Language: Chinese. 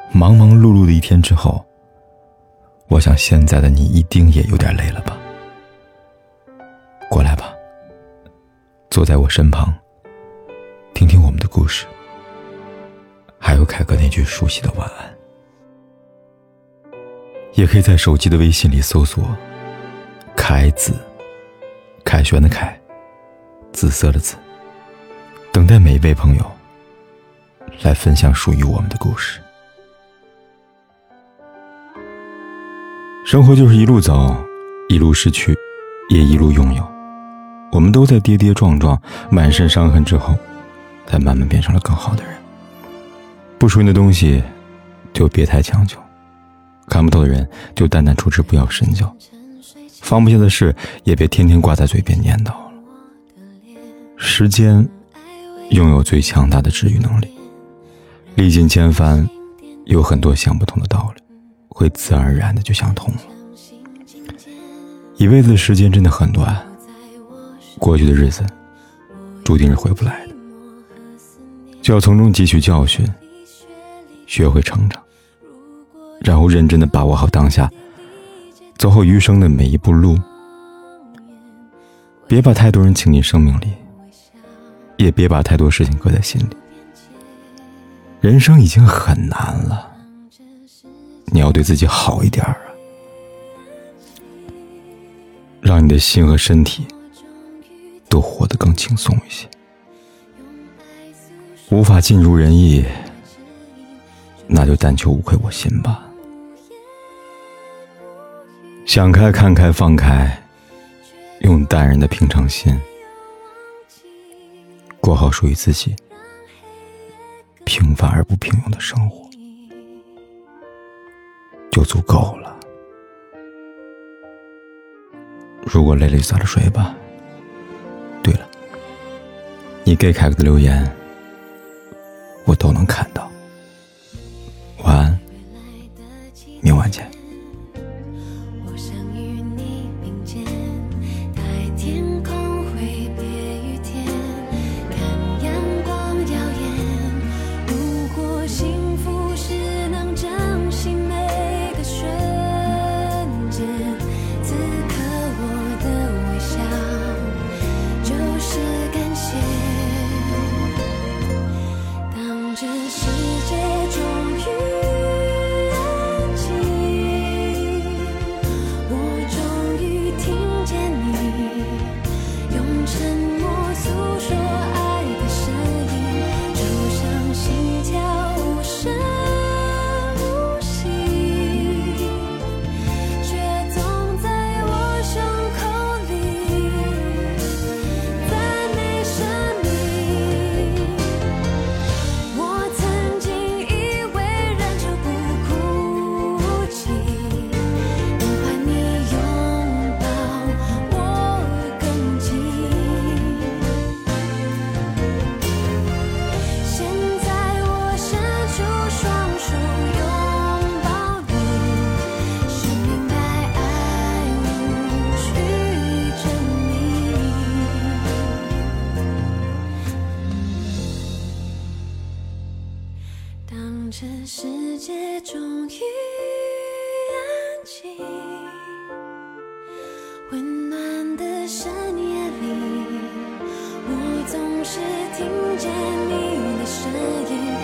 忙忙碌碌的一天之后，我想现在的你一定也有点累了吧。过来吧，坐在我身旁，听听我们的故事，还有凯哥那句熟悉的晚安。也可以在手机的微信里搜索凯子，凯旋的凯，紫色的紫，等待每一位朋友来分享属于我们的故事。生活就是一路走，一路失去，也一路拥有。我们都在跌跌撞撞，满身伤痕之后，才慢慢变成了更好的人。不属于的东西就别太强求，看不透的人就淡淡处之，不要深交。放不下的事也别天天挂在嘴边念叨了。时间拥有最强大的治愈能力，历尽千帆，有很多想不通的道理会自然而然的就想通了。一辈子的时间真的很短，过去的日子注定是回不来的，就要从中汲取教训，学会成长，然后认真的把握好当下，走好余生的每一步路。别把太多人请进生命里，也别把太多事情搁在心里。人生已经很难了，你要对自己好一点啊，让你的心和身体都活得更轻松一些。无法尽如人意，那就但求无愧我心吧。想开看开放开，用淡然的平常心过好属于自己平凡而不平庸的生活，就足够了。如果累了就早点睡吧。对了，你给凯哥的留言我都能看到。晚安，明晚见。 这世界终于安静，温暖的深夜里，我总是听见你的声音。